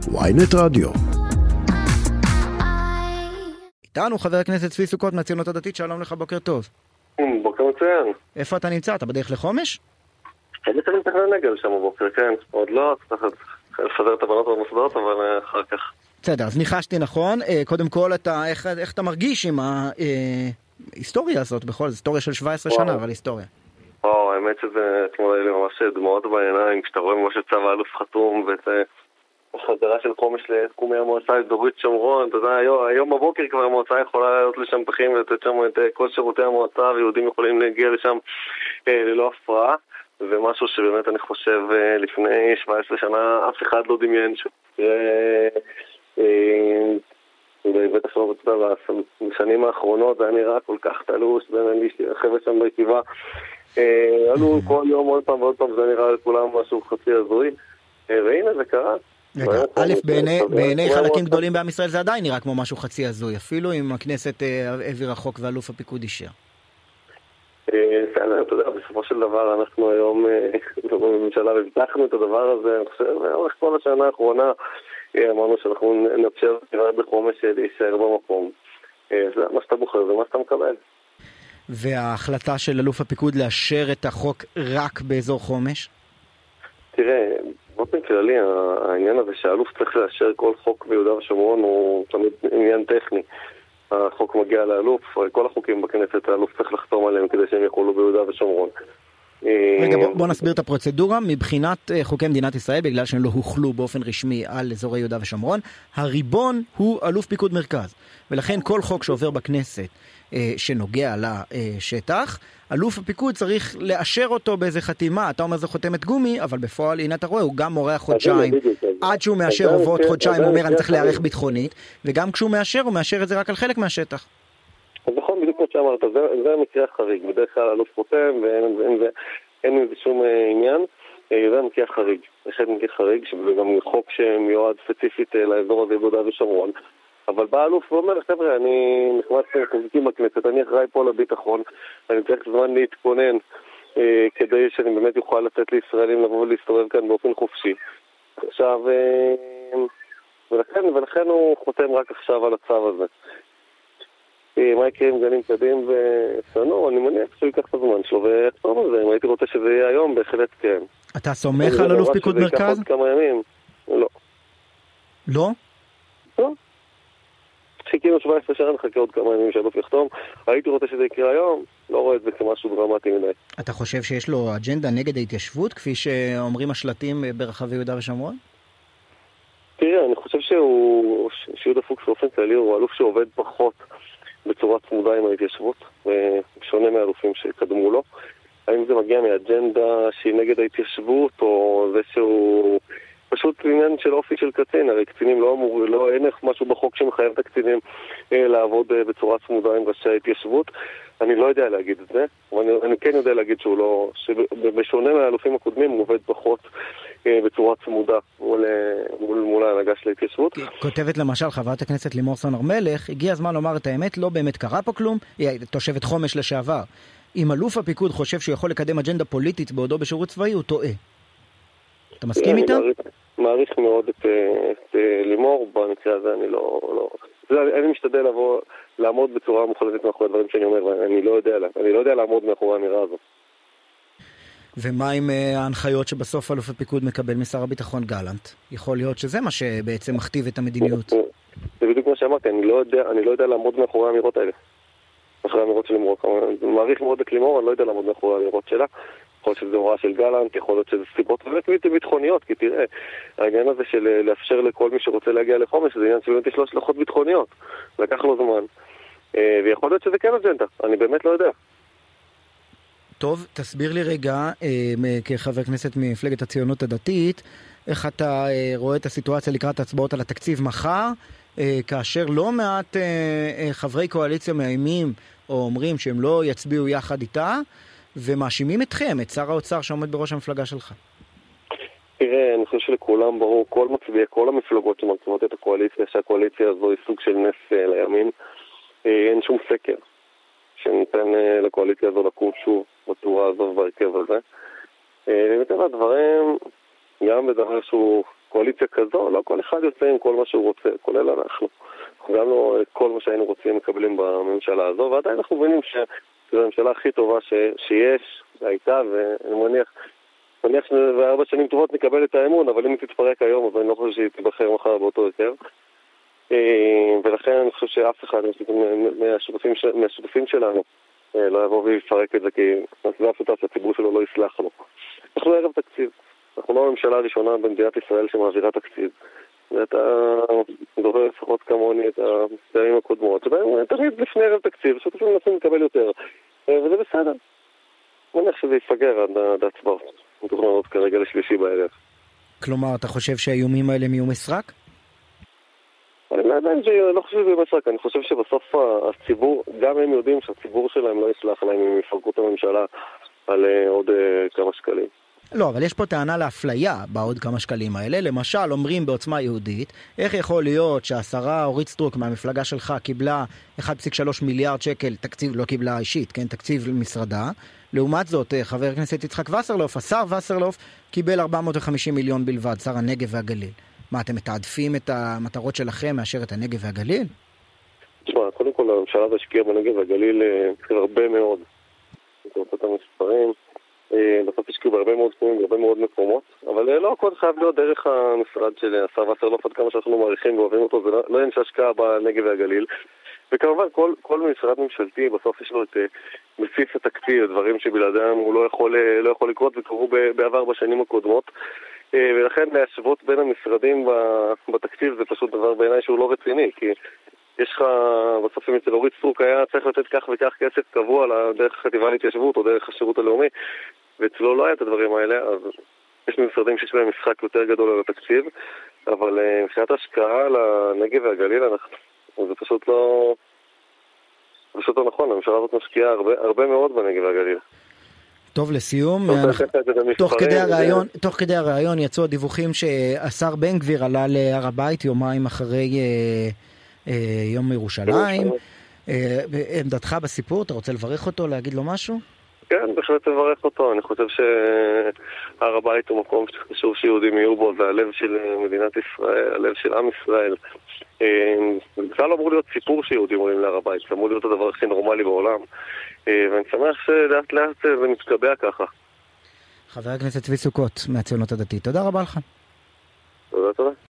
ynet רדיו. איתנו חבר הכנסת צבי סוכות מהציונות הדתית, שלום לך, בוקר טוב. בוקר מצוין. איפה אתה נמצא? אתה בדרך לחומש? אני צריך לנגל שם בבוקר, כן. עוד לא, צריך לפזר את הבנות במוסדות, אבל אחר כך. בסדר, אז ניחשתי נכון. קודם כל, איך אתה מרגיש עם ההיסטוריה הזאת בכל זאת? היסטוריה של 17 שנה, אבל היסטוריה. האמת שזה אתמול היה לי ממש דמעות בעיניים, כשאתה רואה ממש את צו האלוף חתום, ואת החזרה של חומש לתחומי המועצה האזורית שומרון. אתה יודע, היום בבוקר כבר המועצה יכולה לעלות לשם פחים ולתת שם את כל שירותי המועצה, ויהודים יכולים להגיע לשם ללא הפרעה. ומשהו שבאמת אני חושב לפני 17 שנה אף אחד לא דמיין בטח לא בשנים האחרונות זה היה נראה כל כך תלוש, החבר'ה שם בישיבה עלו כל יום עוד פעם ועוד פעם, זה נראה לכולם משהו חצי הזוי, והנה זה קרה. א', בעיני חלקים גדולים בעם ישראל זה עדיין נראה כמו משהו חצי הזוי, אפילו אם הכנסת העבירה חוק ואלוף הפיקוד אישר. בסדר, אתה יודע, בסופו של דבר אנחנו היום בממשלה הבטחנו את הדבר הזה, אני חושב, לאורך כל השנה האחרונה אמרנו שאנחנו נאפשר בחומש להישאר במקום. זה מה שאתה בוחר, זה מה שאתה מקבל. וההחלטה של אלוף הפיקוד לאשר את החוק רק באזור חומש? תראה, באופן כללי, העניין הזה שהאלוף צריך לאשר כל חוק ביהודה ושומרון הוא תמיד עניין טכני. החוק מגיע לאלוף, כל החוקים בכנסת האלוף צריך לחתום עליהם כדי שהם יכולו ביהודה ושומרון. רגע, בוא נסביר את הפרוצדורה. מבחינת חוקי מדינת ישראל, בגלל שהם לא הוחלו באופן רשמי על אזורי יהודה ושומרון, הריבון הוא אלוף פיקוד מרכז, ולכן כל חוק שעובר בכנסת שנוגע לשטח, אלוף הפיקוד צריך לאשר אותו באיזה חתימה. אתה אומר זה חותמת גומי, אבל בפועל, הנה אתה רואה, הוא גם מורח חודשיים, עד שהוא מאשר עוברות חודשיים, הוא אומר אני צריך להיערך ביטחונית, וגם כשהוא מאשר, הוא מאשר את זה רק על חלק מהשטח. אז נכון, בדיוק כמו שאמרת, זה המקרה החריג, בדרך כלל אלוף חותם ואין לזה שום עניין, זה המקרה החריג, אחד מקרה חריג, שזה גם חוק שמיועד ספציפית לאזור הזה ביהודה ושומרון, אבל בא אלוף ואומר, חבר'ה, אני נכנס לחוקים בכנסת, אני אחראי פה לביטחון, אני צריך זמן להתכונן כדי שאני באמת יוכל לתת לישראלים לבוא ולהסתובב כאן באופן חופשי. עכשיו, ולכן הוא חותם רק עכשיו על הצו הזה. מה יקרה עם גנים קדים וסנו, אני מניח שהוא ייקח את הזמן שלו ויחתום על זה. אם הייתי רוצה שזה יהיה היום, בהחלט כן. אתה סומך על אלוף פיקוד מרכז? שזה ייקח עוד כמה ימים. לא. לא? לא. חיכינו 17 שנה, נחכה עוד כמה ימים שאלוף יחתום. הייתי רוצה שזה יקרה היום, לא רואה את זה כמשהו דרמטי מדי. אתה חושב שיש לו אג'נדה נגד ההתיישבות, כפי שאומרים השלטים ברחבי יהודה ושומרון? תראה, אני חושב שיהודה פוקס באופן כללי הוא אלוף שעובד פחות בצורה צמודה עם ההתיישבות, שונה מהאלופים שקדמו לו. האם זה מגיע מאג'נדה שהיא נגד ההתיישבות, או זה שהוא פשוט עניין של אופי של קצין? הרי קצינים לא אמור, אין משהו בחוק שמחייב את הקצינים לעבוד בצורה צמודה עם ראשי ההתיישבות. אני לא יודע להגיד את זה, אבל אני כן יודע להגיד שהוא לא, שבשונה מהאלופים הקודמים הוא עובד פחות בצורה צמודה מול ההנהגה של ההתיישבות. כותבת למשל חברת הכנסת לימור סון הר מלך, הגיע הזמן לומר את האמת, לא באמת קרה פה כלום, היא תושבת חומש לשעבר. אם אלוף הפיקוד חושב שהוא יכול לקדם אג'נדה פוליטית בעודו בשירות צבאי, הוא טועה. אתה מסכים איתה? אני מעריך מאוד את לימור, במקרה הזה אני לא... אני משתדל לעמוד בצורה מוחלטת מאחורי הדברים שאני אומר, ואני לא יודע לעמוד מאחורי האמירה הזאת. ומה עם ההנחיות שבסוף אלוף הפיקוד מקבל משר הביטחון גלנט? יכול להיות שזה מה שבעצם מכתיב את המדיניות. זה בדיוק מה שאמרתי, אני לא יודע לעמוד מאחורי האמירות האלה. מאחורי האמירות של לימור. אני מעריך מאוד את לימור, אני לא יודע לעמוד מאחורי האמירות שלה. יכול להיות שזה הוראה של גלנט, יכול להיות שזה סיבות באמת ביטחוניות, כי תראה, העניין הזה של לאפשר לכל מי שרוצה להגיע לחומש, זה עניין שבאמת יש לו השלכות ביטחוניות. לקח לו זמן. ויכול להיות שזה כן אג'נדה, אני באמת לא יודע. טוב, תסביר לי רגע, כחבר כנסת ממפלגת הציונות הדתית, איך אתה רואה את הסיטואציה לקראת ההצבעות על התקציב מחר, כאשר לא מעט חברי קואליציה מאיימים או אומרים שהם לא יצביעו יחד איתה, ומאשימים אתכם, את שר האוצר שעומד בראש המפלגה שלך. תראה, אני חושב שלכולם ברור, כל מצביעי, כל המפלגות שמרכיבות את הקואליציה, שהקואליציה הזו היא סוג של נס לימין, אין שום סקר שניתן לקואליציה הזו לקום שוב בצורה הזו וברכב הזה. ומטבע הדברים, גם בדבר שהוא קואליציה כזו, לא כל אחד יוצא עם כל מה שהוא רוצה, כולל אנחנו. גם לא כל מה שהיינו רוצים מקבלים בממשלה הזו, ועדיין אנחנו מבינים שזו הממשלה הכי טובה שיש, הייתה, ואני מניח ש4 שנים טובות נקבל את האמון, אבל אם היא תתפרק היום, אז אני לא חושב שהיא תיבחר מחר באותו יותר. ולכן אני חושב שאף אחד מהשותפים שלנו לא יבוא ויפרק את זה, כי זה הפשוטה שהציבור שלו לא יסלח לו. אנחנו ערב תקציב. אנחנו לא הממשלה הראשונה במדינת ישראל שמעבירה תקציב. ואתה דובר לפחות כמוני את הפעמים הקודמות, שבהם תמיד לפני ערב תקציב, שותפים מנסים לקבל יותר. וזה בסדר. אני מניח שזה יפגר עד ההצבעות. מתוכננות כרגע לשלישי בערב. כלומר, אתה חושב שהאיומים האלה יהיו מסרק? אני עדיין לא חושב שזה מסרק. אני חושב שבסוף הציבור, גם הם יודעים שהציבור שלהם לא יסלח להם אם יפרקו את הממשלה על עוד כמה שקלים. לא, אבל יש פה טענה לאפליה בעוד כמה שקלים האלה. למשל, אומרים בעוצמה יהודית, איך יכול להיות שהשרה אורית סטרוק מהמפלגה שלך קיבלה 1.3 מיליארד שקל, תקציב, לא קיבלה אישית, כן, תקציב למשרדה. לעומת זאת, חבר הכנסת יצחק וסרלוף, השר וסרלוף, קיבל 450 מיליון בלבד, שר הנגב והגליל. מה, אתם מתעדפים את המטרות שלכם מאשר את הנגב והגליל? תשמע, קודם כל הממשלה תשקיע בנגב והגליל הרבה מאוד. אתה רוצה את המספרים, בסוף השקיעו בהרבה מאוד תחומים, בהרבה מאוד מקומות, אבל לא הכל חייב להיות דרך המשרד של השר וסרלוף, עד כמה שאנחנו מעריכים ואוהבים אותו, זה לא אין שהשקעה בנגב והגליל. וכמובן כל משרד ממשלתי בסוף יש לו את מסיף התקציב, דברים שבלעדיהם הוא לא יכול לקרות וקרו בעבר בשנים הקודמות, ולכן להשוות בין המשרדים בתקציב זה פשוט דבר בעיניי שהוא לא רציני, כי יש לך, בסוף אם אצל אורית סטרוק היה צריך לתת כך וכך כסף קבוע דרך החטיבה להתיישבות או דרך השירות הלאומי, ואצלו לא היה את הדברים האלה, אז יש משרדים שיש להם משחק יותר גדול על התקציב, אבל מבחינת השקעה לנגב והגליל זה פשוט לא נכון. הממשלה הזאת משקיעה הרבה מאוד בנגב והגליל. טוב, לסיום, תוך כדי הראיון יצאו הדיווחים שהשר בן גביר עלה להר הבית יומיים אחרי יום ירושלים. עמדתך בסיפור, אתה רוצה לברך אותו, להגיד לו משהו? כן, בהחלט לברך אותו. אני חושב שהר הבית הוא מקום שחשוב שיהודים יהיו בו, זה הלב של מדינת ישראל, הלב של עם ישראל. זה בכלל לא אמור להיות סיפור שיהודים עולים להר הבית, זה אמור להיות הדבר הכי נורמלי בעולם, ואני שמח שלאט לאט זה מתקבע ככה. חבר הכנסת צבי סוכות מהציונות הדתית, תודה רבה לך. תודה.